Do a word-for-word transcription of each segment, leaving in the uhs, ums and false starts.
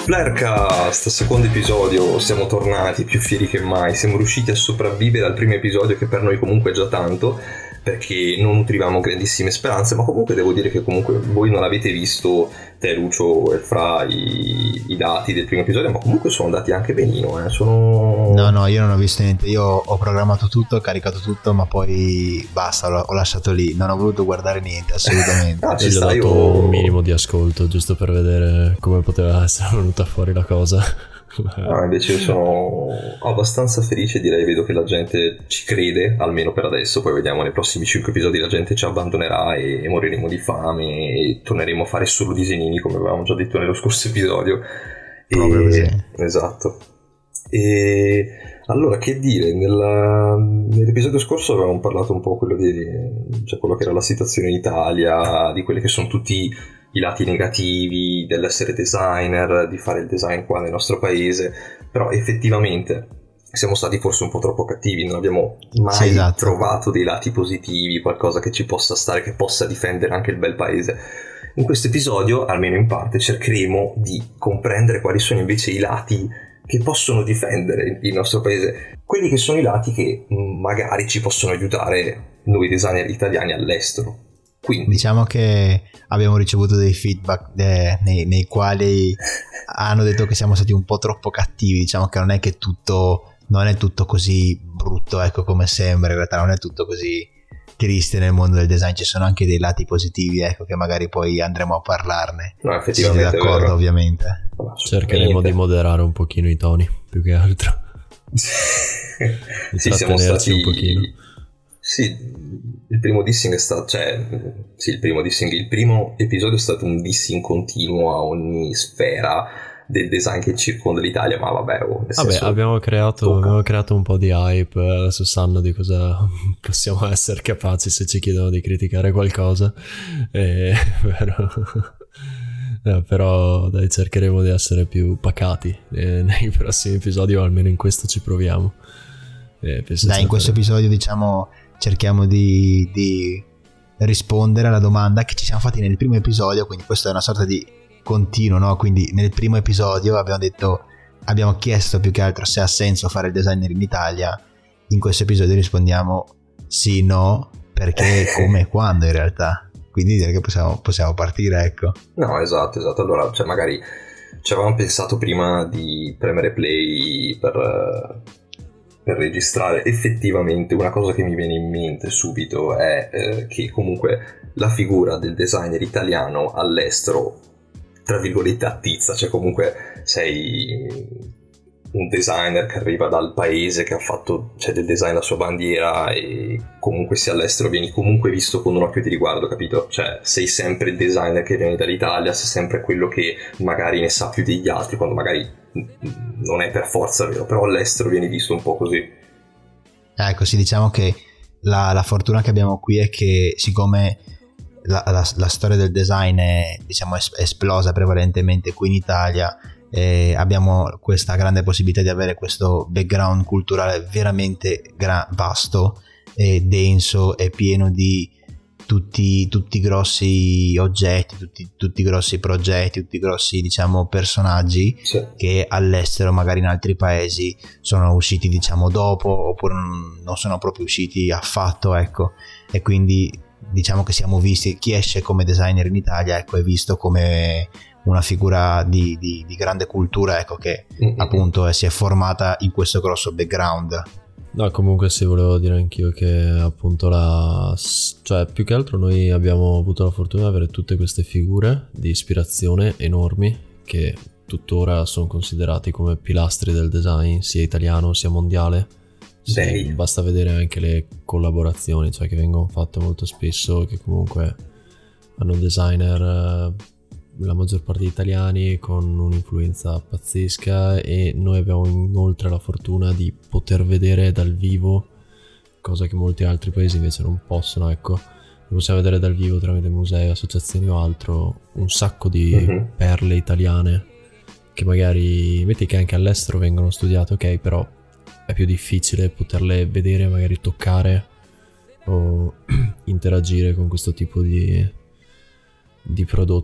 Flarecast, secondo episodio, siamo tornati più fieri che mai, siamo riusciti a sopravvivere al primo episodio, che per noi comunque è già tanto, perché non nutrivamo grandissime speranze, ma comunque devo dire che comunque voi non avete visto, te Lucio e Fra, i, i dati del primo episodio, ma comunque sono andati anche benino, eh. sono... No, no, io non ho visto niente, io ho programmato tutto, ho caricato tutto, ma poi basta, l'ho, ho lasciato lì, non ho voluto guardare niente, assolutamente. ah, ci io sta, ho dato io... un minimo di ascolto, giusto per vedere come poteva essere venuta fuori la cosa. Ah, invece io sono abbastanza felice, direi, vedo che la gente ci crede, almeno per adesso, poi vediamo nei prossimi cinque episodi la gente ci abbandonerà e, e moriremo di fame e torneremo a fare solo disegnini come avevamo già detto nello scorso episodio. Proprio e... così. Esatto. E allora, che dire, nella... nell'episodio scorso avevamo parlato un po' quello di, cioè quello che era la situazione in Italia, di quelli che sono tutti i lati negativi dell'essere designer, di fare il design qua nel nostro paese, però effettivamente siamo stati forse un po' troppo cattivi, non abbiamo mai sì, esatto. trovato dei lati positivi, qualcosa che ci possa stare, che possa difendere anche il bel paese. In questo episodio, almeno in parte, cercheremo di comprendere quali sono invece i lati che possono difendere il nostro paese, quelli che sono i lati che magari ci possono aiutare noi designer italiani all'estero. Quindi diciamo che abbiamo ricevuto dei feedback de, nei, nei quali hanno detto che siamo stati un po' troppo cattivi, diciamo che non è che tutto non è tutto così brutto, ecco, come sembra, in realtà non è tutto così triste nel mondo del design, ci sono anche dei lati positivi, ecco, che magari poi andremo a parlarne. No, effettivamente siete d'accordo, vero. Ovviamente. No, cercheremo di moderare un pochino i toni, più che altro. Di sì, siamo stati un pochino. Sì, il primo dissing è stato, cioè, sì, il primo dissing, il primo episodio è stato un dissing continuo a ogni sfera del design che circonda l'Italia, ma vabbè, oh, nel vabbè senso, abbiamo creato, abbiamo creato un po' di hype, adesso sanno di cosa possiamo essere capaci se ci chiedono di criticare qualcosa, e, però, no, però dai, cercheremo di essere più pacati eh, nei prossimi episodi, o almeno in questo ci proviamo. Eh, dai, in questo episodio diciamo cerchiamo di, di rispondere alla domanda che ci siamo fatti nel primo episodio, quindi questo è una sorta di continuo, no? Quindi nel primo episodio abbiamo detto, abbiamo chiesto più che altro se ha senso fare il designer in Italia, in questo episodio rispondiamo sì, no, perché, come e quando in realtà, quindi direi che possiamo, possiamo partire, ecco. No, esatto, esatto, allora, cioè magari ci avevamo pensato prima di premere play per... per registrare. Effettivamente una cosa che mi viene in mente subito è eh, che comunque la figura del designer italiano all'estero, tra virgolette, attizza, cioè comunque sei un designer che arriva dal paese che ha fatto, cioè, del design la sua bandiera, e comunque se all'estero vieni comunque visto con un occhio di riguardo, capito? Cioè sei sempre il designer che viene dall'Italia, sei sempre quello che magari ne sa più degli altri, quando magari non è per forza vero, però all'estero viene visto un po' così. Ecco, sì, diciamo che la, la fortuna che abbiamo qui è che, siccome la, la, la storia del design è, diciamo, es- esplosa prevalentemente qui in Italia, eh, abbiamo questa grande possibilità di avere questo background culturale veramente gra- vasto e denso e pieno di tutti, tutti grossi oggetti, tutti, tutti grossi progetti, tutti grossi, diciamo, personaggi, sì, che all'estero, magari in altri paesi, sono usciti, diciamo, dopo, oppure non sono proprio usciti affatto, ecco. E quindi diciamo che siamo visti, chi esce come designer in Italia, ecco, è visto come una figura di, di, di grande cultura, ecco, che mm-hmm. appunto eh, si è formata in questo grosso background. No, comunque sì, volevo dire anch'io che appunto la... cioè più che altro noi abbiamo avuto la fortuna di avere tutte queste figure di ispirazione enormi che tuttora sono considerati come pilastri del design sia italiano sia mondiale. Sì, basta vedere anche le collaborazioni, cioè, che vengono fatte molto spesso, che comunque hanno designer, la maggior parte italiani, con un'influenza pazzesca, e noi abbiamo inoltre la fortuna di poter vedere dal vivo, cosa che molti altri paesi invece non possono, ecco. Possiamo vedere dal vivo tramite musei, associazioni o altro, un sacco di mm-hmm. perle italiane che magari, metti che anche all'estero vengono studiate, ok, però è più difficile poterle vedere, magari toccare o interagire con questo tipo di, di prodotto.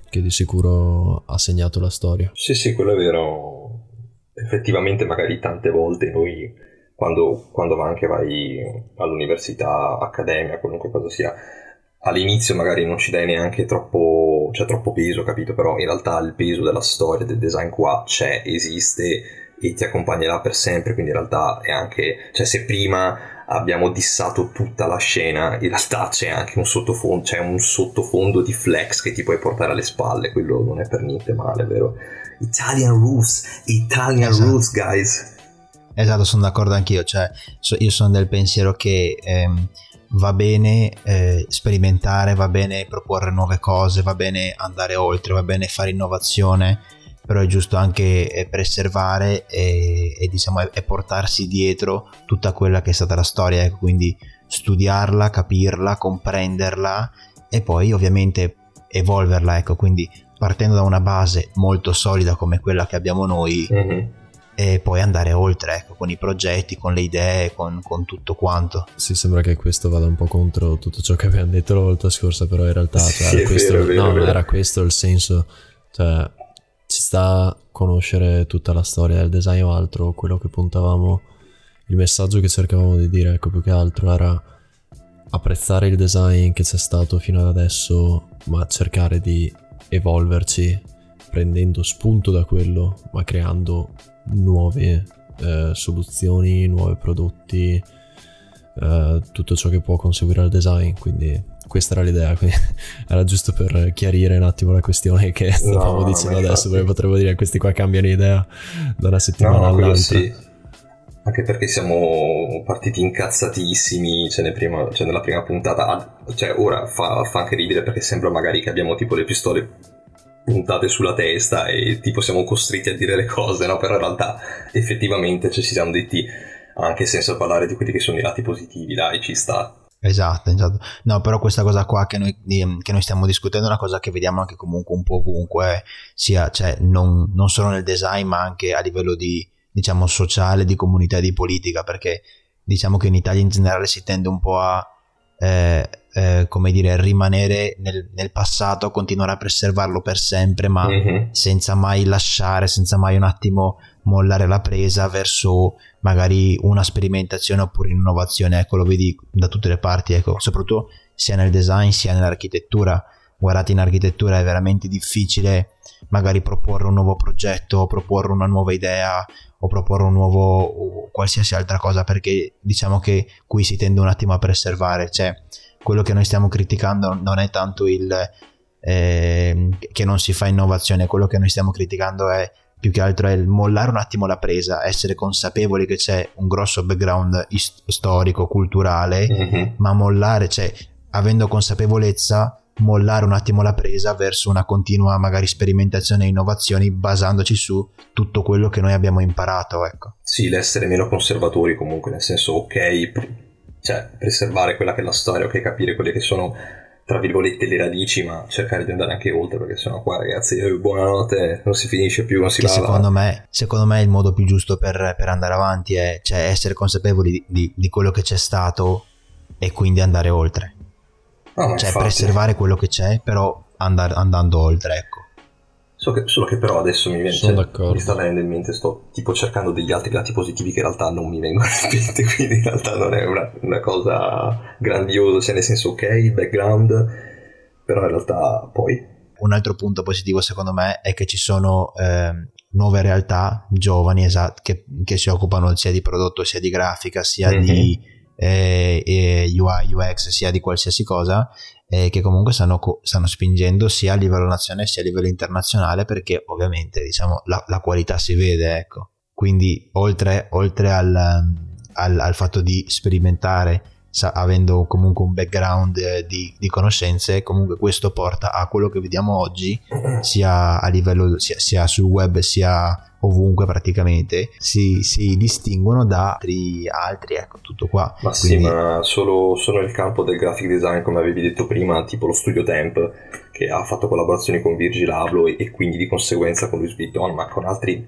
che di sicuro ha segnato la storia. Sì, sì, quello è vero. Effettivamente magari tante volte noi, quando, quando anche vai all'università, accademia, qualunque cosa sia, all'inizio magari non ci dai neanche troppo, cioè troppo peso, capito? Però in realtà il peso della storia, del design qua c'è, esiste e ti accompagnerà per sempre, quindi in realtà è anche, cioè se prima abbiamo dissato tutta la scena, in realtà c'è anche un sottofondo, c'è un sottofondo di flex che ti puoi portare alle spalle, quello non è per niente male, vero? Italian rules, Italian esatto. rules, guys. Esatto, sono d'accordo anch'io, cioè so, io sono del pensiero che ehm, va bene eh, sperimentare, va bene proporre nuove cose, va bene andare oltre, va bene fare innovazione, però è giusto anche eh, preservare e, e diciamo e, e portarsi dietro tutta quella che è stata la storia, ecco, quindi studiarla, capirla, comprenderla e poi ovviamente evolverla, ecco, quindi partendo da una base molto solida come quella che abbiamo noi, mm-hmm. e poi andare oltre, ecco, con i progetti, con le idee, con, con tutto quanto. Sì, sembra che questo vada un po' contro tutto ciò che abbiamo detto la volta scorsa, però in realtà cioè, sì, era, questo, vero, vero, no, vero. era questo il senso, cioè ci sta a conoscere tutta la storia del design o altro, quello che puntavamo, il messaggio che cercavamo di dire, ecco, più che altro era apprezzare il design che c'è stato fino ad adesso, ma cercare di evolverci prendendo spunto da quello, ma creando nuove eh, soluzioni, nuovi prodotti, eh, tutto ciò che può conseguire il design, quindi questa era l'idea, quindi era giusto per chiarire un attimo la questione che stavamo no, dicendo no, adesso, perché potremmo dire che questi qua cambiano idea da una settimana no, all'altra. Sì. Anche perché siamo partiti incazzatissimi, cioè, nel prima, cioè nella prima puntata, cioè ora fa, fa anche ridere perché sembra magari che abbiamo tipo le pistole puntate sulla testa e tipo siamo costretti a dire le cose, no? Però in realtà effettivamente cioè, ci siamo detti anche senza parlare di quelli che sono i lati positivi, dai, ci sta. Esatto, esatto. No, però questa cosa qua che noi, che noi stiamo discutendo è una cosa che vediamo anche comunque un po' ovunque, sia, cioè non, non solo nel design ma anche a livello di, diciamo, sociale, di comunità e di politica, perché diciamo che in Italia in generale si tende un po' a eh, eh, come dire, rimanere nel, nel passato, continuare a preservarlo per sempre, ma mm-hmm. senza mai lasciare, senza mai un attimo mollare la presa verso magari una sperimentazione oppure un'innovazione. Ecco, lo vedi da tutte le parti, ecco, soprattutto sia nel design sia nell'architettura. Guardate, in architettura è veramente difficile magari proporre un nuovo progetto, proporre una nuova idea o proporre un nuovo o qualsiasi altra cosa, perché diciamo che qui si tende un attimo a preservare, cioè quello che noi stiamo criticando non è tanto il eh, che non si fa innovazione, quello che noi stiamo criticando è più che altro è il mollare un attimo la presa, essere consapevoli che c'è un grosso background ist- storico, culturale, mm-hmm. ma mollare, cioè avendo consapevolezza mollare un attimo la presa verso una continua magari sperimentazione e innovazioni, basandoci su tutto quello che noi abbiamo imparato, ecco. Sì, l'essere meno conservatori comunque, nel senso, ok, pr- cioè preservare quella che è la storia, ok, capire quelle che sono tra virgolette le radici, ma cercare di andare anche oltre, perché sennò qua ragazzi, eh, buonanotte, non si finisce più, non si che va. Secondo me, secondo me il modo più giusto per, per andare avanti è, cioè, essere consapevoli di, di, di quello che c'è stato e quindi andare oltre. No, cioè infatti, preservare quello che c'è, però andare, andando oltre, ecco. So che, solo che però adesso mi viene, Sono cioè, mi sta venendo in mente, sto tipo cercando degli altri lati positivi che in realtà non mi vengono in mente, quindi in realtà non è una, una cosa grandiosa, cioè nel senso ok, il background, però in realtà poi... Un altro punto positivo secondo me è che ci sono eh, nuove realtà giovani, esatto, che, che si occupano sia di prodotto sia di grafica sia mm-hmm. di eh, eh, U I, U X, sia di qualsiasi cosa, eh, che comunque stanno, stanno spingendo sia a livello nazionale sia a livello internazionale, perché ovviamente diciamo la, la qualità si vede, ecco. Quindi oltre, oltre al, al, al fatto di sperimentare, sa, avendo comunque un background eh, di, di conoscenze, comunque questo porta a quello che vediamo oggi, sia a livello sia, sia sul web sia ovunque praticamente, si, si distinguono da altri, altri, ecco, tutto qua. Ma quindi... sì, ma solo, solo nel campo del graphic design, come avevi detto prima, tipo lo Studio Temp, che ha fatto collaborazioni con Virgil Abloh e, e quindi di conseguenza con Louis Vuitton, ma con altri,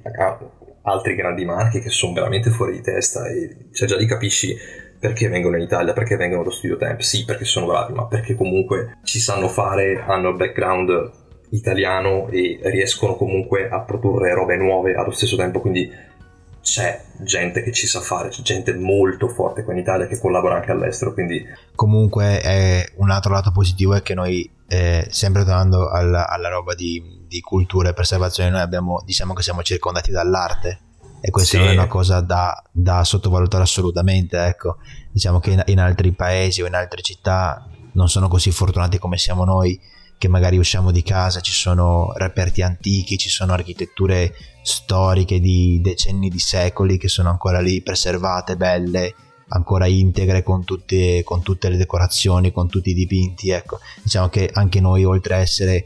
altri grandi marchi che sono veramente fuori di testa, e cioè già lì capisci perché vengono in Italia, perché vengono allo Studio Temp. Sì, perché sono bravi, ma perché comunque ci sanno fare, hanno il background italiano e riescono comunque a produrre robe nuove allo stesso tempo, quindi c'è gente che ci sa fare, c'è gente molto forte qua in Italia che collabora anche all'estero, quindi comunque è un altro lato positivo è che noi eh, sempre tornando alla, alla roba di, di cultura e preservazione, noi abbiamo, diciamo che siamo circondati dall'arte e questa sì. non è una cosa da, da sottovalutare assolutamente, ecco. Diciamo che in, in altri paesi o in altre città non sono così fortunati come siamo noi, che magari usciamo di casa, ci sono reperti antichi, ci sono architetture storiche di decenni, di secoli che sono ancora lì preservate, belle, ancora integre con tutte, con tutte le decorazioni, con tutti i dipinti, ecco. Diciamo che anche noi, oltre a essere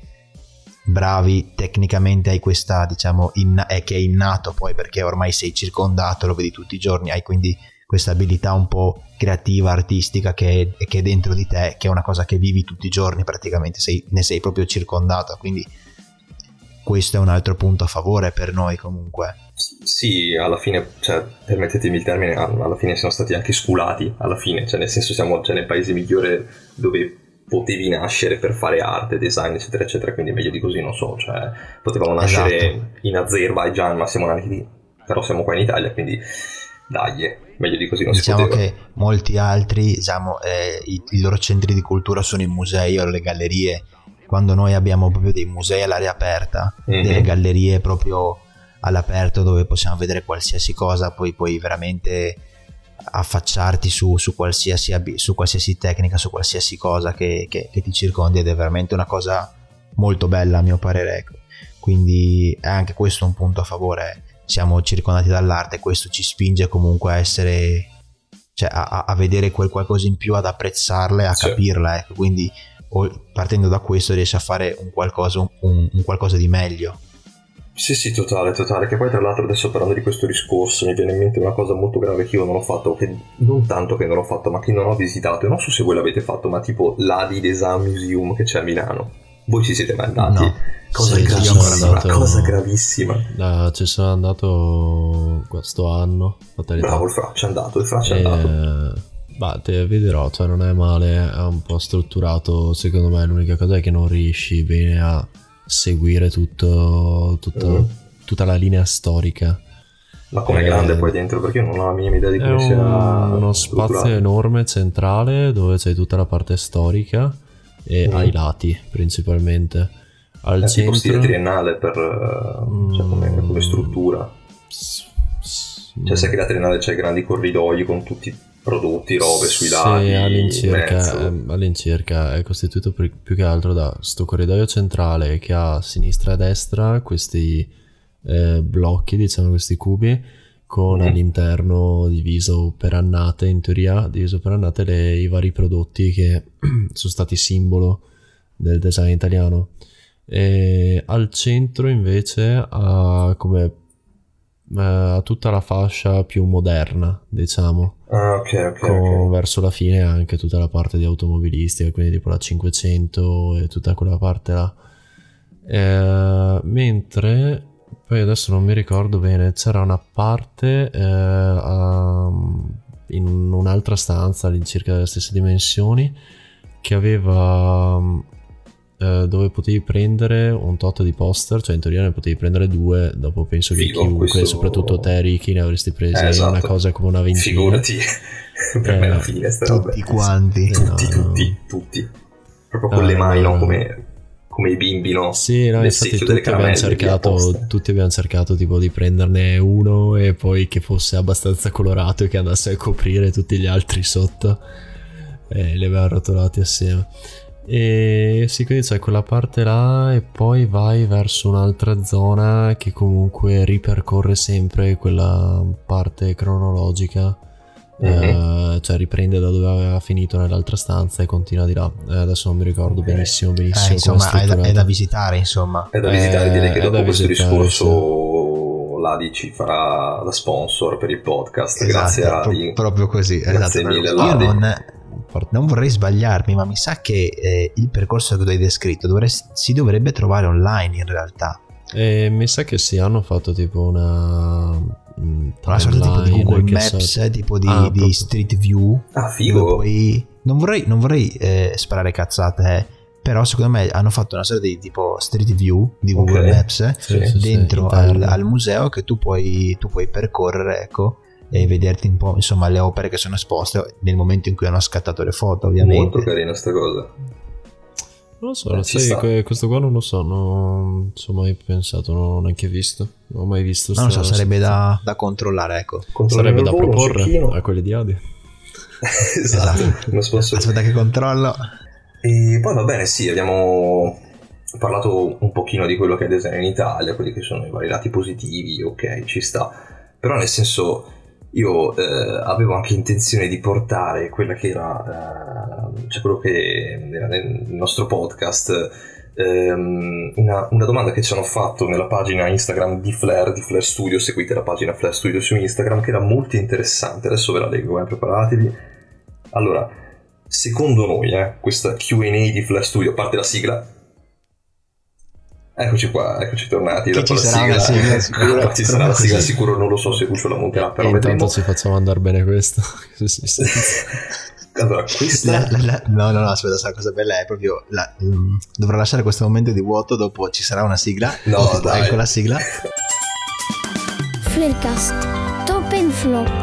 bravi tecnicamente, hai questa, diciamo, in, è che è innato poi perché ormai sei circondato, lo vedi tutti i giorni, hai quindi questa abilità un po' creativa, artistica che è, che è dentro di te, che è una cosa che vivi tutti i giorni praticamente, sei, ne sei proprio circondato, quindi questo è un altro punto a favore per noi comunque. Sì, alla fine, cioè, permettetemi il termine, alla fine siamo stati anche sculati, alla fine, cioè nel senso siamo cioè, nel paese migliore dove potevi nascere per fare arte, design eccetera eccetera, quindi meglio di così non so, cioè potevamo nascere esatto. in Azerbaijan, ma siamo nati lì, però siamo qua in Italia, quindi dai, meglio di così non diciamo si poteva. Diciamo che molti altri, diciamo, eh, i, i loro centri di cultura sono i musei o le gallerie, quando noi abbiamo proprio dei musei all'aria aperta, mm-hmm. delle gallerie proprio all'aperto dove possiamo vedere qualsiasi cosa, poi puoi veramente affacciarti su, su, qualsiasi, su qualsiasi tecnica, su qualsiasi cosa che, che, che ti circondi, ed è veramente una cosa molto bella a mio parere, ecco. Quindi è anche questo un punto a favore, siamo circondati dall'arte, questo ci spinge comunque a essere, cioè a, a vedere quel qualcosa in più, ad apprezzarla e a sì. capirla, ecco. Quindi partendo da questo riesci a fare un qualcosa, un, un qualcosa di meglio. Sì sì, totale, totale, che poi tra l'altro adesso parlando di questo discorso mi viene in mente una cosa molto grave che io non ho fatto, che non tanto che non ho fatto ma che non ho visitato, e non so se voi l'avete fatto, ma tipo l'A D I Design Museum che c'è a Milano, voi ci siete mai andati? No. Cosa sì, gravissima, andato... cosa gravissima. No, ci sono andato questo anno. Bravo, il Fra, c'è andato, il Fra c'è e... andato. Bah, te vedrò, cioè non è male, è un po' strutturato, secondo me l'unica cosa è che non riesci bene a seguire tutto, tutto mm. tutta la linea storica. Ma com'è eh, grande poi dentro? Perché io non ho la minima idea di come sia un, uno spazio enorme centrale dove c'è tutta la parte storica e mm. ai lati principalmente. Al è centro tipo stile triennale per mm. cioè come, come struttura. Cioè sai che la triennale c'è grandi corridoi con tutti prodotti, robe sui lati. Sì, all'incirca, eh, all'incirca è costituito più, più che altro da sto corridoio centrale che ha a sinistra e a destra questi eh, blocchi, diciamo questi cubi, con mm. all'interno diviso per annate, in teoria diviso per annate le, i vari prodotti che sono stati simbolo del design italiano. E al centro invece ha come a tutta la fascia più moderna, diciamo. Ah, ok, ok, con, okay. Verso la fine anche tutta la parte di automobilistica, quindi tipo la cinquecento e tutta quella parte là. Eh, mentre poi adesso non mi ricordo bene, c'era una parte eh, um, in un'altra stanza all'incirca delle stesse dimensioni che aveva um, Uh, dove potevi prendere un tot di poster, cioè in teoria ne potevi prendere due, dopo penso che Figo, chiunque, questo... soprattutto te Ricky, ne avresti presi eh, esatto. una cosa come una ventina. Figurati, per eh, me la fine sta tutti roba. Quanti tutti, no, tutti, tutti proprio con uh, le mani, no? come, come i bimbi, no? Sì, no, infatti tutti abbiamo cercato tutti abbiamo cercato tipo di prenderne uno e poi che fosse abbastanza colorato e che andasse a coprire tutti gli altri sotto, e li abbiamo rotolati assieme. E sì, quindi c'è quella parte là e poi vai verso un'altra zona che comunque ripercorre sempre quella parte cronologica, mm-hmm. eh, cioè riprende da dove aveva finito nell'altra stanza e continua di là. Eh, adesso non mi ricordo okay. benissimo benissimo eh, insomma è da, è da visitare, insomma è da visitare, direi che eh, dopo questo visitare, discorso sì. l'A D I ci farà da sponsor per il podcast. Esatto, grazie A D I, pro- proprio così. Grazie esatto, mille io non Non vorrei sbagliarmi, ma mi sa che eh, il percorso che tu hai descritto dovresti, si dovrebbe trovare online in realtà. E mi sa che sì, hanno fatto tipo una una sorta tipo di Google Maps, so... tipo di, ah, di Street View. Ah, figo. Poi non vorrei, non vorrei eh, sparare cazzate, eh, però secondo me hanno fatto una sorta di tipo Street View di Google Okay. Maps Sì, sì, dentro sì, al, interno. al museo, che tu puoi, tu puoi percorrere, ecco, e vederti un po' insomma le opere che sono esposte nel momento in cui hanno scattato le foto, ovviamente. Molto carina sta cosa. Non lo so, Eh, lo ci sai, sta. que- questo qua non lo so, non ci ho mai pensato, non l'ho neanche visto, non ho mai visto. Non lo so, sta- sarebbe da, da controllare, ecco. Controlliamo sarebbe il da volo, un proporre cecchino. a quelli di Adi. Esatto, come sponsor. Aspetta che controllo. E poi va bene, sì, abbiamo parlato un pochino di quello che è design in Italia, quelli che sono i vari lati positivi, ok, ci sta. Però nel senso, io eh, avevo anche intenzione di portare quella che era, eh, cioè quello che era nel nostro podcast, ehm, una, una domanda che ci hanno fatto nella pagina Instagram di Flare, di Flare Studio, seguite la pagina Flare Studio su Instagram, che era molto interessante, adesso ve la leggo, eh, preparatevi. Allora, secondo noi, eh, questa Q and A di Flare Studio, a parte la sigla, eccoci qua, eccoci tornati. Che dopo ci la sarà una sigla, sicuro. Qua ci sarà la sigla sicuro, non lo so se Lucio la monterà, però E intanto vedremo. ci facciamo andare bene questo. Sì, sì, sì. Allora, questa La- la- la- no, no, no, aspetta, sa, la cosa bella è proprio la, mm, dovrò lasciare questo momento di vuoto, dopo ci sarà una sigla. No, Tipo, dai. ecco la sigla. Flarecast, Top and Flop.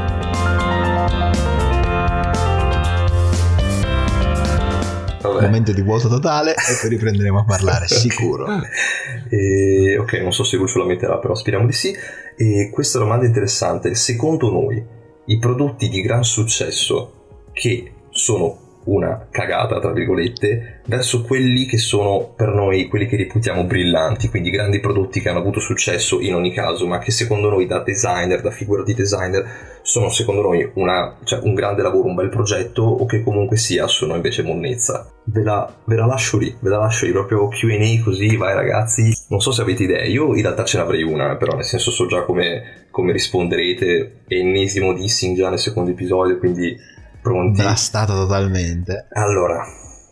vabbè. Momento di vuoto totale e poi riprenderemo a parlare, sicuro. E, ok, non so se Lucio la metterà, però speriamo di sì. E questa domanda è interessante. Secondo noi, i prodotti di gran successo che sono una cagata, tra virgolette, verso quelli che sono per noi quelli che reputiamo brillanti, quindi grandi prodotti che hanno avuto successo in ogni caso, ma che secondo noi da designer, da figura di designer, sono secondo noi una, cioè, un grande lavoro, un bel progetto, o che comunque sia sono invece monnezza. Ve la, ve la lascio lì, ve la lascio lì, proprio Q and A così, vai ragazzi. Non so se avete idee, io in realtà ce n'avrei una, però nel senso so già come, come risponderete, è ennesimo dissing già nel secondo episodio, quindi pronti? Blastato totalmente. Allora,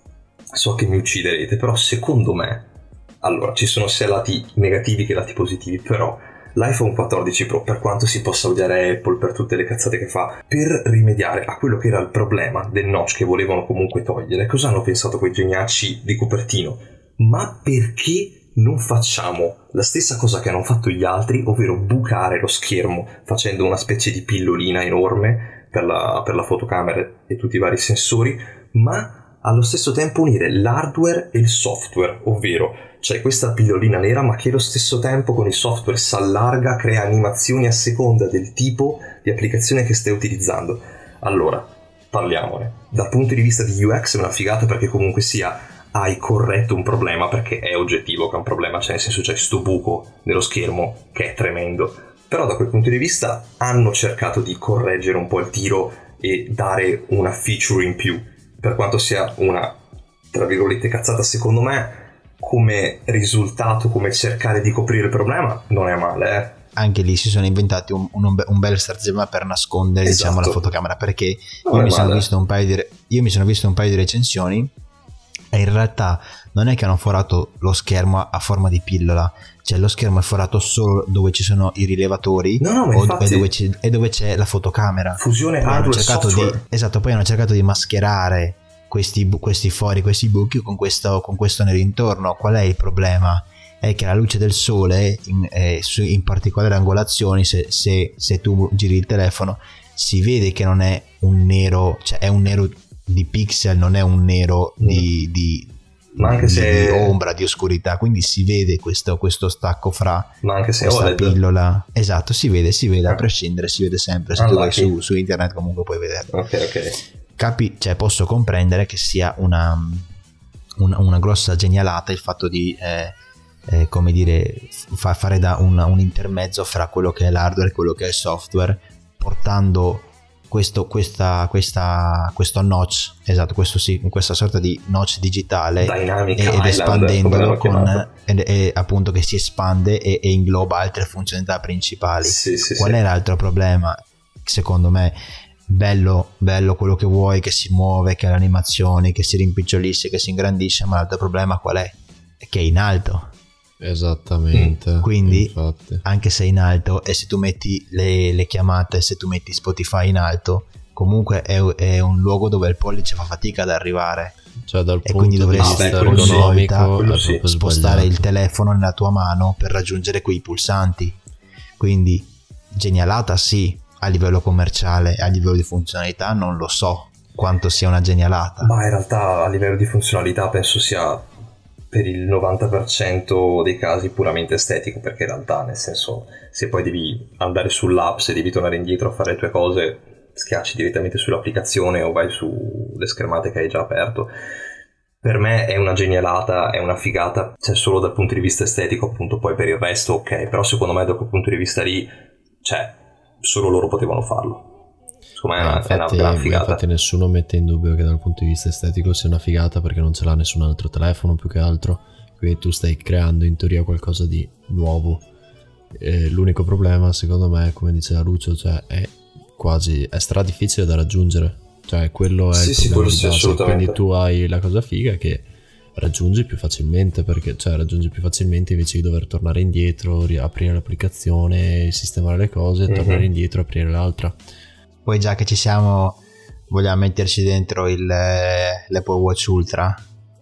so che mi ucciderete, però secondo me, allora, ci sono sia lati negativi che lati positivi, però l'iPhone quattordici Pro, per quanto si possa odiare Apple per tutte le cazzate che fa, per rimediare a quello che era il problema del notch che volevano comunque togliere, cosa hanno pensato quei geniacci di Cupertino? Ma perché non facciamo la stessa cosa che hanno fatto gli altri, ovvero bucare lo schermo facendo una specie di pillolina enorme per la, per la fotocamera e tutti i vari sensori, ma allo stesso tempo unire l'hardware e il software, ovvero c'è questa pillolina nera ma che allo stesso tempo con il software si allarga, crea animazioni a seconda del tipo di applicazione che stai utilizzando. Allora, parliamone. Dal punto di vista di U X è una figata, perché comunque sia hai corretto un problema, perché è oggettivo che è un problema, cioè nel senso c'è sto buco nello schermo che è tremendo. Però da quel punto di vista hanno cercato di correggere un po' il tiro e dare una feature in più, per quanto sia una, tra virgolette, cazzata, secondo me come risultato, come cercare di coprire il problema, non è male, eh. Anche lì si sono inventati un, un, un bel stratagemma per nascondere, Esatto. diciamo, la fotocamera, perché Non io è mi, sono male. visto un paio di, io mi sono visto un paio di recensioni e in realtà non è che hanno forato lo schermo a, a forma di pillola, cioè lo schermo è forato solo dove ci sono i rilevatori, No, no, ma o, infatti- e, dove c'è, e dove c'è la fotocamera. Fusione Poi hanno hardware e cercato software. di, esatto, poi hanno cercato di mascherare questi, bu- questi fori, questi buchi con questo, con questo nero intorno. Qual è il problema? È che la luce del sole, in, eh, su, in particolari angolazioni, se, se, se tu giri il telefono, si vede che non è un nero, cioè è un nero di pixel, non è un nero Mm. di, di, Ma anche di- se- di ombra, di oscurità, quindi si vede questo, questo stacco fra Ma anche se questa O L E D. pillola. Esatto, si vede, si vede, a Ah. prescindere, si vede sempre. Se Ah, tu vai lucky. su, su internet comunque puoi vederlo. Ok, ok. Capi, cioè posso comprendere che sia una, una, una grossa genialata il fatto di eh, eh, come dire, fa, fare da un, un intermezzo fra quello che è l'hardware e quello che è il software, portando questo, questa, questa, questo notch, esatto, questo sì, questa sorta di notch digitale, Dynamic e- ed Island, come espandendolo l'hanno con, chiamato. ed, e appunto che si espande e, e ingloba altre funzionalità principali. Sì, sì, Qual sì. è l'altro problema? Secondo me bello, bello quello che vuoi, che si muove, che ha le animazioni, che si rimpicciolisce, che si ingrandisce, ma l'altro problema qual è? È che è in alto. Esattamente. Quindi infatti. anche se è in alto, e se tu metti le, le chiamate, se tu metti Spotify in alto, comunque è, è un luogo dove il pollice fa fatica ad arrivare. Cioè dal e punto quindi di dovresti vista ah, beh, ergonomico quello è sì. proprio spostare sbagliato. il telefono nella tua mano per raggiungere quei pulsanti. Quindi genialata sì, a livello commerciale, a livello di funzionalità non lo so quanto sia una genialata. Ma in realtà a livello di funzionalità penso sia per il novanta per cento dei casi puramente estetico, perché in realtà, nel senso, se poi devi andare sull'app, se devi tornare indietro a fare le tue cose, schiacci direttamente sull'applicazione o vai sulle schermate che hai già aperto. Per me è una genialata, è una figata, cioè solo dal punto di vista estetico, appunto. Poi per il resto ok, però secondo me da quel punto di vista lì, cioè, solo loro potevano farlo. Secondo me è Eh, una, infatti, è una gran figata. infatti nessuno mette in dubbio che dal punto di vista estetico sia una figata, perché non ce l'ha nessun altro telefono più che altro, quindi tu stai creando in teoria qualcosa di nuovo. E l'unico problema secondo me, come diceva Lucio, cioè è quasi è stra difficile da raggiungere, cioè quello è Sì, il sì, problema quello di sì, base. assolutamente. Quindi tu hai la cosa figa che raggiungi più facilmente, perché cioè raggiungi più facilmente invece di dover tornare indietro, riaprire l'applicazione, sistemare le cose, Mhm. tornare indietro, aprire l'altra. Poi già che ci siamo, vogliamo metterci dentro il, eh, l'Apple Watch Ultra?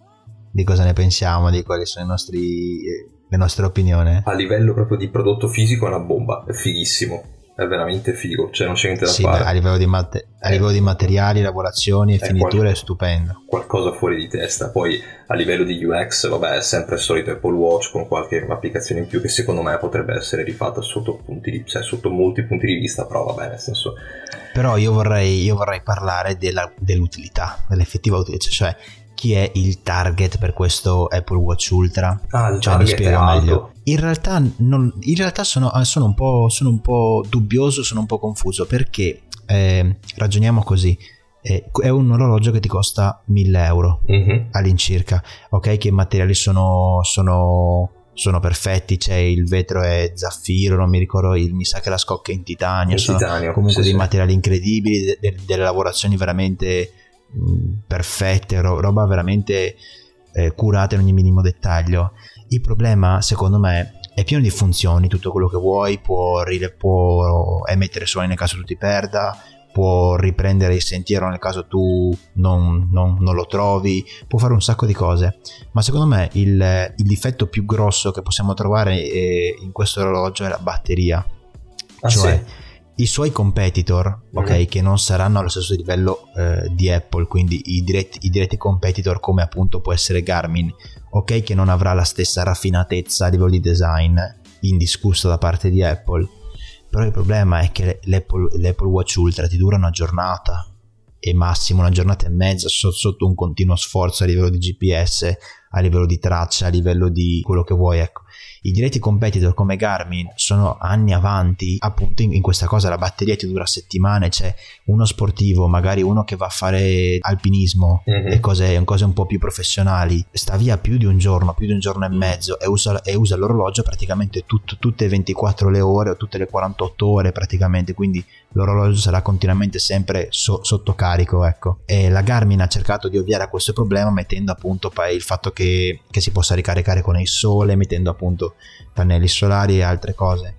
Di cosa ne pensiamo, di quali sono i nostri, le nostre opinioni? A livello proprio di prodotto fisico è una bomba, è fighissimo, è veramente figo, cioè non c'è niente da Sì, fare. a livello di, mate- a Eh. livello di materiali, lavorazioni e È finiture qual- è stupendo. Qualcosa fuori di testa. Poi a livello di U X, vabbè, è sempre il solito Apple Watch con qualche applicazione in più che secondo me potrebbe essere rifatta sotto punti di, cioè sotto molti punti di vista, però vabbè, nel senso, Però io vorrei, io vorrei parlare della- dell'utilità, dell'effettiva utilità, cioè chi è il target per questo Apple Watch Ultra? ah, il Cioè, mi target è spiego alto. meglio. In realtà, non, in realtà sono, sono, un po', sono un po' dubbioso, sono un po' confuso, perché eh, ragioniamo così. Eh, è un orologio che ti costa mille euro Mhm. all'incirca. Ok, che i materiali sono, sono, sono perfetti, c'è il vetro è zaffiro, non mi ricordo, il, mi sa che la scocca è in titanio, In sono titanio, comunque sì, dei sì. materiali incredibili, de- de- delle lavorazioni veramente mh, perfette, ro- roba veramente eh, curata in ogni minimo dettaglio. Il problema, secondo me, è pieno di funzioni, tutto quello che vuoi, può, rile- può emettere suoni nel caso tu ti perda, può riprendere il sentiero nel caso tu non, non- non lo trovi, può fare un sacco di cose, ma secondo me il, il difetto più grosso che possiamo trovare eh, in questo orologio è la batteria. Ah, Cioè sì. i suoi competitor, ok, Mhm. che non saranno allo stesso livello eh, di Apple, quindi i diretti, i diretti competitor come appunto può essere Garmin, ok, che non avrà la stessa raffinatezza a livello di design indiscussa da parte di Apple, però il problema è che l'Apple, l'Apple Watch Ultra ti dura una giornata e massimo una giornata e mezza sotto, sotto un continuo sforzo a livello di G P S, a livello di traccia, a livello di quello che vuoi, ecco. I diretti competitor come Garmin sono anni avanti appunto in, in questa cosa, la batteria ti dura settimane, c'è uno sportivo, magari uno che va a fare alpinismo Mhm. e cose, cose un po' più professionali, sta via più di un giorno, più di un giorno e mezzo e usa, e usa l'orologio praticamente tutto, tutte le ventiquattro le ore o tutte le quarantotto ore praticamente, quindi l'orologio sarà continuamente sempre so, sotto carico, ecco. E la Garmin ha cercato di ovviare a questo problema mettendo appunto poi il fatto che, che si possa ricaricare con il sole, mettendo appunto pannelli solari e altre cose.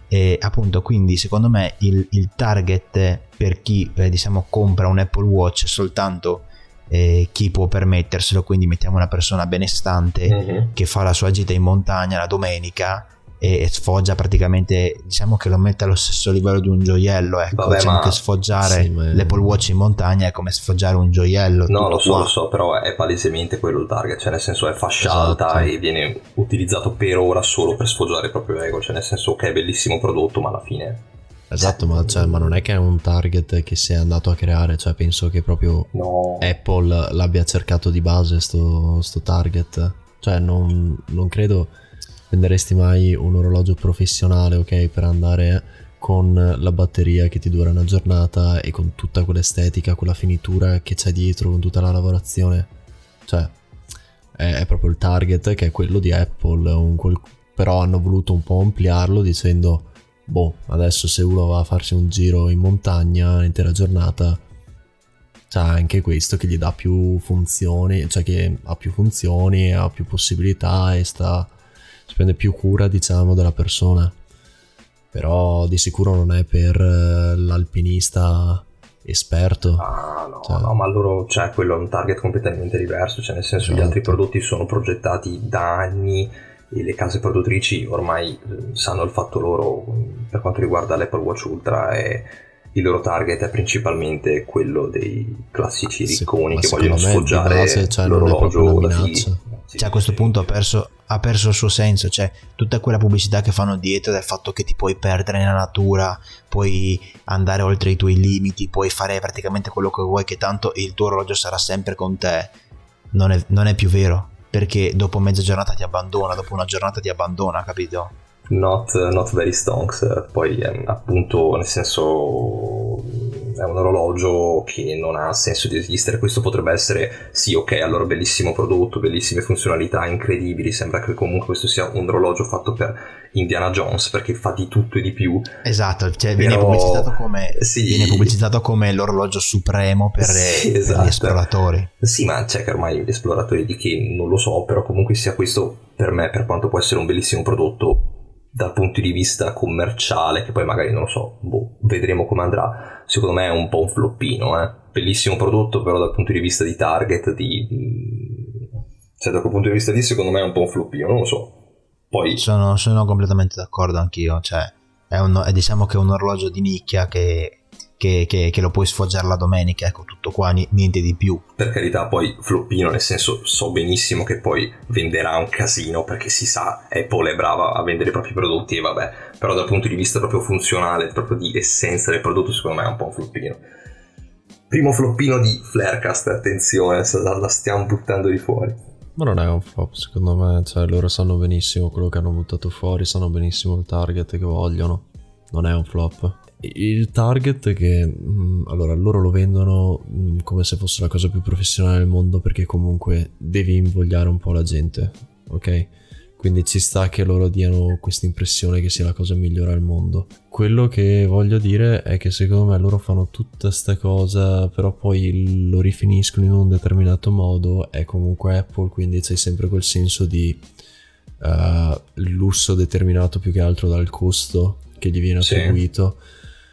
E appunto quindi secondo me il, il target per chi eh, diciamo compra un Apple Watch è soltanto eh, chi può permetterselo, quindi mettiamo una persona benestante Mhm. che fa la sua gita in montagna la domenica e, e sfoggia praticamente, diciamo che lo mette allo stesso livello di un gioiello, ecco. Vabbè, Diciamo ma- che sfoggiare sì, ma- l'Apple Watch in montagna è come sfoggiare un gioiello. No, tutto lo so, qua. lo so, però è palesemente quello il target, cioè nel senso è fascia Esatto. alta e viene utilizzato per ora solo per sfoggiare il proprio ego, cioè nel senso che è bellissimo prodotto, ma alla fine Esatto, ma, cioè, ma non è che è un target che si è andato a creare, cioè penso che proprio no. Apple l'abbia cercato di base sto, sto target, cioè non, non credo venderesti mai un orologio professionale, ok, per andare con la batteria che ti dura una giornata e con tutta quell'estetica, quella finitura che c'è dietro, con tutta la lavorazione, cioè è, è proprio il target che è quello di Apple, un quel- però hanno voluto un po' ampliarlo dicendo boh, adesso se uno va a farsi un giro in montagna l'intera giornata c'è anche questo che gli dà più funzioni, cioè che ha più funzioni, ha più possibilità e sta, si prende più cura, diciamo, della persona. Però di sicuro non è per eh, l'alpinista esperto. Ah no, cioè. no, ma loro, cioè, quello è un target completamente diverso, cioè nel senso Esatto. Gli altri prodotti sono progettati da anni e le case produttrici ormai sanno il fatto loro. Per quanto riguarda l'Apple Watch Ultra, è, il loro target è principalmente quello dei classici ricconi sì, che vogliono sfoggiare base, cioè, l'orologio da sì. Cioè a questo punto ha perso, ha perso il suo senso, cioè tutta quella pubblicità che fanno dietro del fatto che ti puoi perdere nella natura, puoi andare oltre i tuoi limiti, puoi fare praticamente quello che vuoi, che tanto il tuo orologio sarà sempre con te, non è, non è più vero, perché dopo mezza giornata ti abbandona, dopo una giornata ti abbandona, capito? Not, not very stonks. Poi è, appunto, nel senso, è un orologio che non ha senso di esistere. Questo potrebbe essere, sì, ok, allora bellissimo prodotto, bellissime funzionalità incredibili, sembra che comunque questo sia un orologio fatto per Indiana Jones, perché fa di tutto e di più. Esatto, cioè Però, viene pubblicizzato come sì, viene pubblicizzato come l'orologio supremo per, sì, per esatto. gli esploratori. Sì, ma c'è che ormai gli esploratori di che non lo so, però comunque sia questo, per me, per quanto può essere un bellissimo prodotto dal punto di vista commerciale, che poi magari non lo so, boh, vedremo come andrà, secondo me è un po' un floppino, eh. Bellissimo prodotto, però dal punto di vista di target, di cioè da quel punto di vista lì secondo me è un po' un floppino, non lo so. Poi sono, sono completamente d'accordo anch'io, cioè è, un, è diciamo che è un orologio di nicchia che Che, che, che lo puoi sfoggiare la domenica, ecco, tutto qua, niente di più. Per carità, poi floppino, nel senso, so benissimo che poi venderà un casino, perché si sa, Apple è brava a vendere i propri prodotti e vabbè, però dal punto di vista proprio funzionale, proprio di essenza del prodotto, secondo me è un po' un floppino. Primo floppino di Flarecast, attenzione, la stiamo buttando di fuori. Ma non è un flop, secondo me, cioè loro sanno benissimo quello che hanno buttato fuori, sanno benissimo il target che vogliono, non è un flop. Il target che mh, allora loro lo vendono mh, come se fosse la cosa più professionale del mondo, perché comunque devi invogliare un po' la gente, ok? Quindi ci sta che loro diano questa impressione che sia la cosa migliore al mondo. Quello che voglio dire è che secondo me loro fanno tutta sta cosa, però poi lo rifiniscono in un determinato modo. È comunque Apple, quindi c'è sempre quel senso di uh, lusso determinato più che altro dal costo che gli viene attribuito. Sì.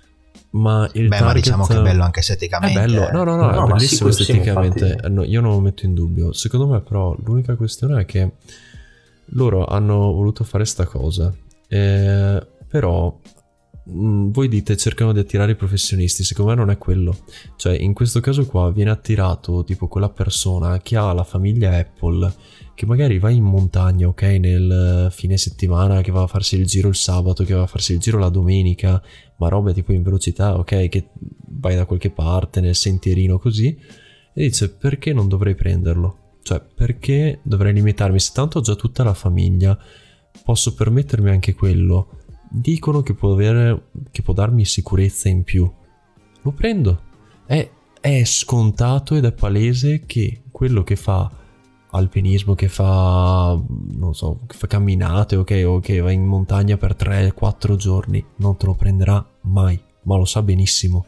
Ma il Beh, target... ma diciamo che è bello anche esteticamente. È bello, no, no, no, no è bellissimo esteticamente. Sì, no, io non lo metto in dubbio. Secondo me, però, l'unica questione è che loro hanno voluto fare sta cosa. Eh, però, mh, voi dite cercano di attirare i professionisti. Secondo me non è quello. Cioè, in questo caso qua viene attirato tipo quella persona che ha la famiglia Apple, che magari va in montagna, ok, nel fine settimana, che va a farsi il giro il sabato, che va a farsi il giro la domenica, ma roba tipo in velocità, ok, che vai da qualche parte nel sentierino così, e dice perché non dovrei prenderlo? Cioè perché dovrei limitarmi? Se tanto ho già tutta la famiglia, posso permettermi anche quello. Dicono che può avere, che può darmi sicurezza in più, lo prendo. È, è scontato ed è palese che quello che fa alpinismo, che fa, non so, che fa camminate, ok, o che va in montagna per tre quattro giorni, non te lo prenderà mai, ma lo sa benissimo.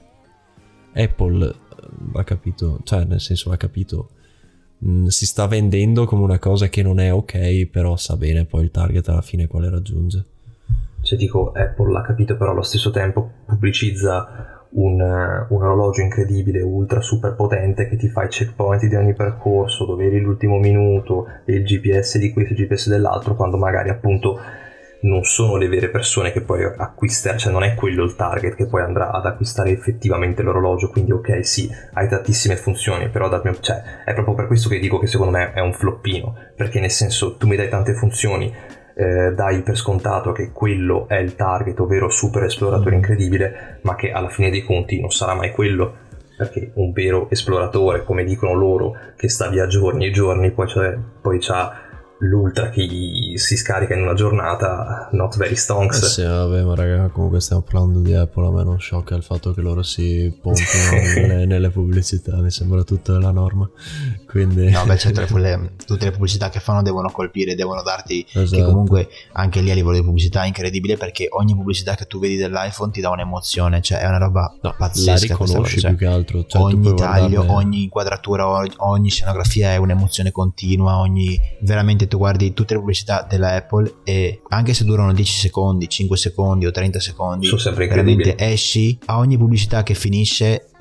Apple l'ha capito, cioè nel senso l'ha capito, mh, si sta vendendo come una cosa che non è ok, però sa bene poi il target alla fine quale raggiunge. Cioè dico, Apple l'ha capito, però allo stesso tempo pubblicizza Un, un orologio incredibile, ultra super potente, che ti fa i checkpoint di ogni percorso, dove eri l'ultimo minuto, e il G P S di questo, il G P S dell'altro, quando magari appunto non sono le vere persone che poi acquistare, cioè non è quello il target che poi andrà ad acquistare effettivamente l'orologio. Quindi ok, sì, hai tantissime funzioni, però da, cioè, è proprio per questo che dico che secondo me è un floppino, perché nel senso tu mi dai tante funzioni, Eh, dai per scontato che quello è il target, ovvero super esploratore incredibile, ma che alla fine dei conti non sarà mai quello, perché un vero esploratore, come dicono loro, che sta via giorni e giorni, poi c'è, poi c'ha l'ultra che si scarica in una giornata, not very stonks. Eh sì, vabbè, ma raga, comunque stiamo parlando di Apple, a me non sciocca il fatto che loro si pompino nelle, nelle pubblicità, mi sembra tutta la norma, quindi... No, beh, certo, le, tutte le pubblicità che fanno devono colpire, devono darti, esatto. Che comunque anche lì a livello di pubblicità è incredibile, perché ogni pubblicità che tu vedi dell'iPhone ti dà un'emozione, cioè è una roba no, pazzesca. La riconosci cioè, più che altro, cioè, ogni taglio, guardarne... ogni inquadratura, ogni scenografia è un'emozione continua, ogni... veramente tu guardi tutte le pubblicità della Apple e anche se durano dieci secondi, cinque secondi o trenta secondi, sono sempre incredibili. veramente esci, a ogni pubblicità che finisce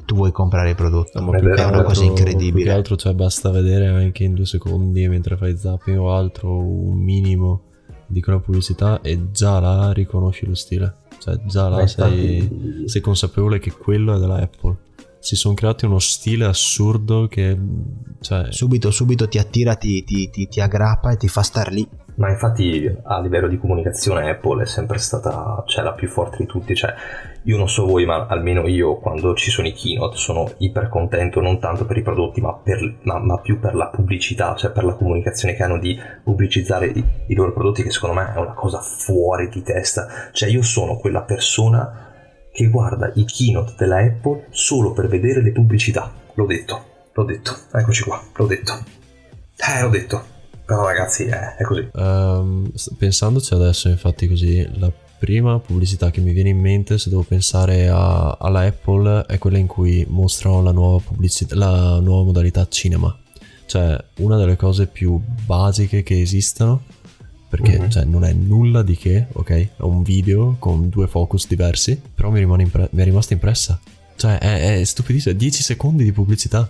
tu vuoi comprare il prodotto. No, È è, vero, una altro- cosa Più che incredibile. altro, cioè, basta vedere anche in due secondi mentre fai zapping o altro un minimo di quella pubblicità e già là riconosci lo stile, cioè già là Ma sei, infatti- sei consapevole che quello è della Apple. Si sono creati uno stile assurdo che, cioè, Subito, subito ti attira, ti, ti, ti, ti aggrappa e ti fa star lì. Ma infatti a livello di comunicazione Apple è sempre stata, cioè, la più forte di tutti. Cioè, io non so voi, ma almeno io quando ci sono i keynote sono iper contento, non tanto per i prodotti ma, per, ma, ma più per la pubblicità, cioè per la comunicazione che hanno di pubblicizzare i, i loro prodotti, che secondo me è una cosa fuori di testa. Cioè io sono quella persona che guarda i keynote della Apple solo per vedere le pubblicità. L'ho detto, l'ho detto, eccoci qua, l'ho detto. Eh, l'ho detto. Però ragazzi, eh, è così. ehm, st- pensandoci adesso, infatti, così, la prima pubblicità che mi viene in mente se devo pensare a- alla Apple è quella in cui mostrano la nuova pubblicità, la nuova modalità cinema, cioè una delle cose più basiche che esistano, perché Mhm. cioè, non è nulla di che, ok? È un video con due focus diversi, però mi, rimane impre- mi è rimasta impressa. Cioè è, è stupidissimo, dieci secondi di pubblicità.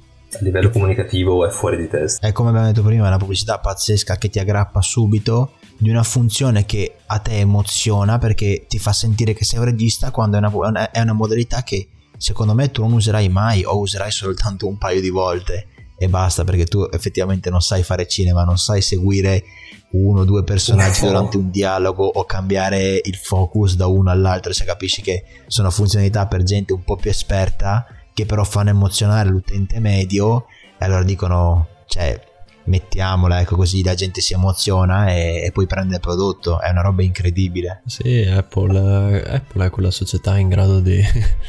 A livello comunicativo è fuori di testa. È come abbiamo detto prima, è una pubblicità pazzesca che ti aggrappa subito, di una funzione che a te emoziona perché ti fa sentire che sei un regista, quando è una, è una modalità che secondo me tu non userai mai o userai soltanto un paio di volte e basta, perché tu effettivamente non sai fare cinema, non sai seguire uno o due personaggi No. durante un dialogo o cambiare il focus da uno all'altro. Se capisci che sono funzionalità per gente un po' più esperta che però fanno emozionare l'utente medio, e allora dicono, cioè, mettiamola, ecco, così la gente si emoziona e, e poi prende il prodotto. È una roba incredibile. Sì, Apple, Apple è quella società in grado di,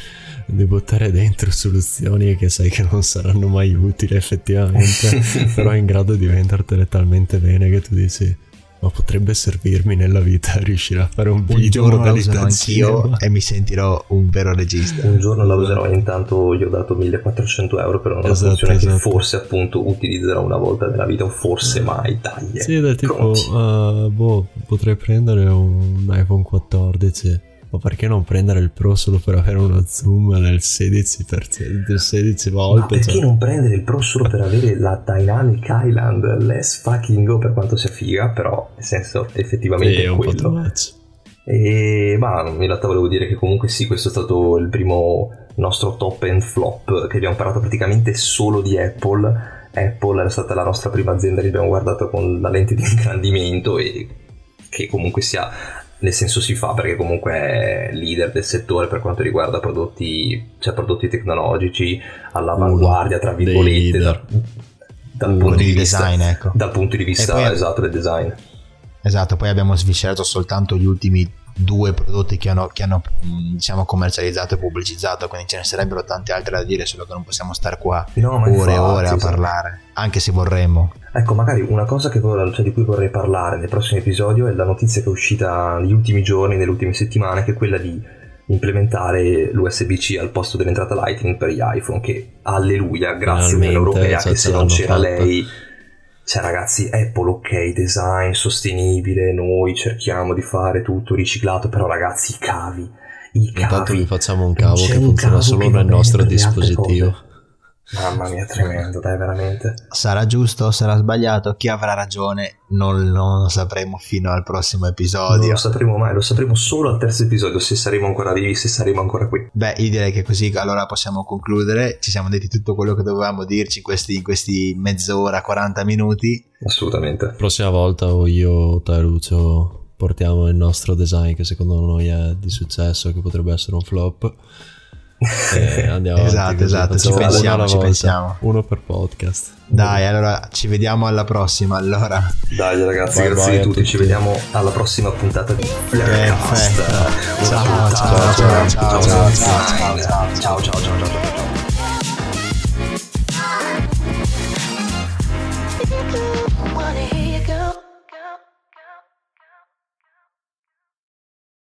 di buttare dentro soluzioni che sai che non saranno mai utili effettivamente, però è in grado di vendertele talmente bene che tu dici, ma potrebbe servirmi nella vita riuscire a fare un Un video giorno la modalità userò anch'io cinema. e mi sentirò un vero regista. Un giorno la userò e intanto io ho dato millequattrocento euro per una Esatto, funzione esatto. che forse appunto utilizzerò una volta nella vita, o forse mai, dai. Sì, del tipo, Pronti. uh, boh, potrei prendere un iPhone quattordici, ma perché non prendere il Pro solo per avere uno zoom del sedici per cento, del sedici Ma volte? perché Cioè, non prendere il Pro solo per avere la Dynamic Island? Let's fucking go, per quanto sia figa, però nel senso effettivamente sì, è è un po' too quello. much. E ma in realtà volevo dire che comunque sì, questo è stato il primo nostro top and flop, che abbiamo parlato praticamente solo di Apple. Apple era stata la nostra prima azienda che abbiamo guardato con la lente di ingrandimento e che comunque sia, nel senso si fa perché comunque è leader del settore per quanto riguarda prodotti, cioè prodotti tecnologici all'avanguardia tra dei virgolette leader. da- dal Uno punto di di vista design, ecco. dal punto di vista poi- esatto del design. Esatto, poi abbiamo sviscerato soltanto gli ultimi due prodotti che hanno, che hanno mh, diciamo commercializzato e pubblicizzato, quindi ce ne sarebbero tante altre da dire, solo che non possiamo stare qua No, ma ore e infatti, ore a sì. parlare, anche se vorremmo. Ecco, magari una cosa che vor- cioè, di cui vorrei parlare nel prossimo episodio è la notizia che è uscita negli ultimi giorni, nelle ultime settimane, che è quella di implementare l'U S B C al posto dell'entrata Lightning per gli iPhone, che alleluia, grazie Unione Finalmente, Europea, cioè, che ce se non l'hanno c'era fatta. lei... Cioè ragazzi, Apple ok, design sostenibile, noi cerchiamo di fare tutto riciclato, però ragazzi i cavi, i cavi... Intanto vi facciamo un Non cavo c'è che un funziona cavo solo che va nel bene nostro per le altre dispositivo. cose. Mamma mia, tremendo, dai, veramente. Sarà giusto, sarà sbagliato, chi avrà ragione non, non lo sapremo fino al prossimo Non episodio. lo sapremo mai, lo sapremo solo al terzo episodio, se saremo ancora vivi, se saremo ancora qui. Beh, io direi che così allora possiamo concludere, ci siamo detti tutto quello che dovevamo dirci in questi, in questi mezz'ora, quaranta minuti. Assolutamente. Prossima volta o io o te Lucio portiamo il nostro design che secondo noi è di successo, che potrebbe essere un flop. E andiamo Esatto, avanti così, esatto, ci facciamo uno pensiamo, alla ci volta, pensiamo. uno per podcast. Dai, allora ci vediamo alla prossima, allora. Dai ragazzi, Bye grazie bye di a tutti, ci tutti. vediamo alla prossima puntata di Flarecast. Perfetto. Ciao Ciao, ciao, ciao, ciao, ciao, ciao, ciao, ciao, ciao. ciao ciao ciao.